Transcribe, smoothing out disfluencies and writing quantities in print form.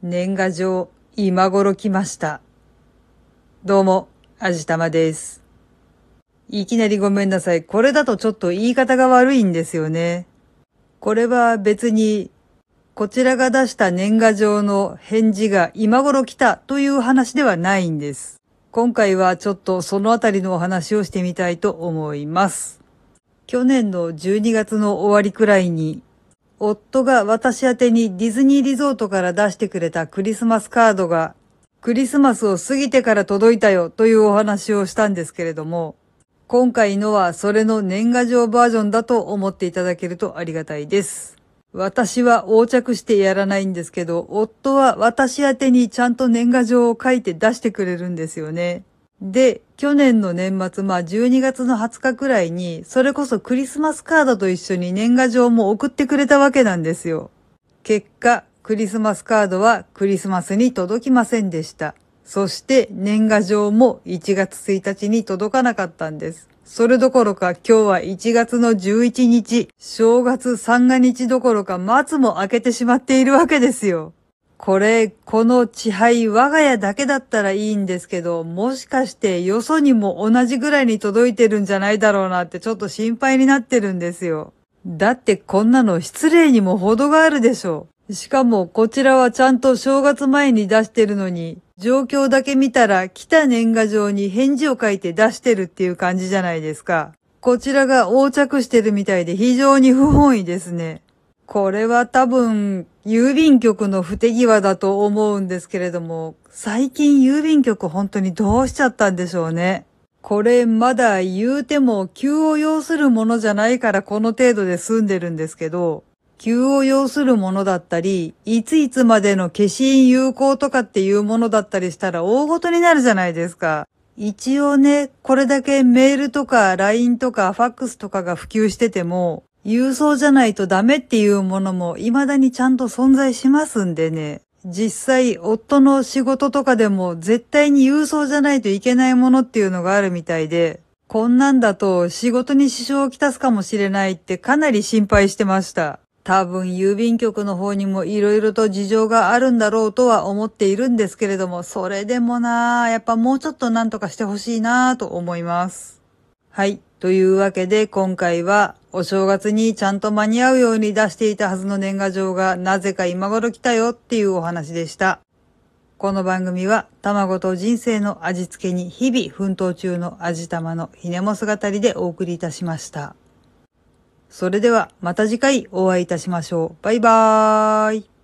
年賀状、今頃来ました。どうも、あじたまです。いきなりごめんなさい。これだとちょっと言い方が悪いんですよね。これは別に、こちらが出した年賀状の返事が今頃来たという話ではないんです。今回はちょっとそのあたりのお話をしてみたいと思います。去年の12月の終わりくらいに、夫が私宛てにディズニーリゾートから出してくれたクリスマスカードがクリスマスを過ぎてから届いたよというお話をしたんですけれども、今回のはそれの年賀状バージョンだと思っていただけるとありがたいです。私は横着してやらないんですけど、夫は私宛てにちゃんと年賀状を書いて出してくれるんですよね。で、去年の年末、12月の20日くらいに、それこそクリスマスカードと一緒に年賀状も送ってくれたわけなんですよ。結果、クリスマスカードはクリスマスに届きませんでした。そして年賀状も1月1日に届かなかったんです。それどころか今日は1月の11日、正月三が日どころか末も明けてしまっているわけですよ。この地配我が家だけだったらいいんですけど、もしかしてよそにも同じぐらいに届いてるんじゃないだろうなってちょっと心配になってるんですよ。だってこんなの失礼にも程があるでしょ。しかもこちらはちゃんと正月前に出してるのに、状況だけ見たら来た年賀状に返事を書いて出してるっていう感じじゃないですか。こちらが横着してるみたいで非常に不本意ですね。これは多分、郵便局の不手際だと思うんですけれども、最近郵便局本当にどうしちゃったんでしょうね。これまだ言うても急を要するものじゃないからこの程度で済んでるんですけど、急を要するものだったり、いついつまでの消印有効とかっていうものだったりしたら大ごとになるじゃないですか。一応ね、これだけメールとか LINE とかファックスとかが普及してても、郵送じゃないとダメっていうものも未だにちゃんと存在しますんでね。実際、夫の仕事とかでも絶対に郵送じゃないといけないものっていうのがあるみたいで、こんなんだと仕事に支障をきたすかもしれないってかなり心配してました。多分郵便局の方にも色々と事情があるんだろうとは思っているんですけれども、それでもやっぱもうちょっとなんとかしてほしいと思います。はい。というわけで今回はお正月にちゃんと間に合うように出していたはずの年賀状がなぜか今頃来たよっていうお話でした。この番組は卵と人生の味付けに日々奮闘中の味玉のひねも姿りでお送りいたしました。それではまた次回お会いいたしましょう。バイバーイ。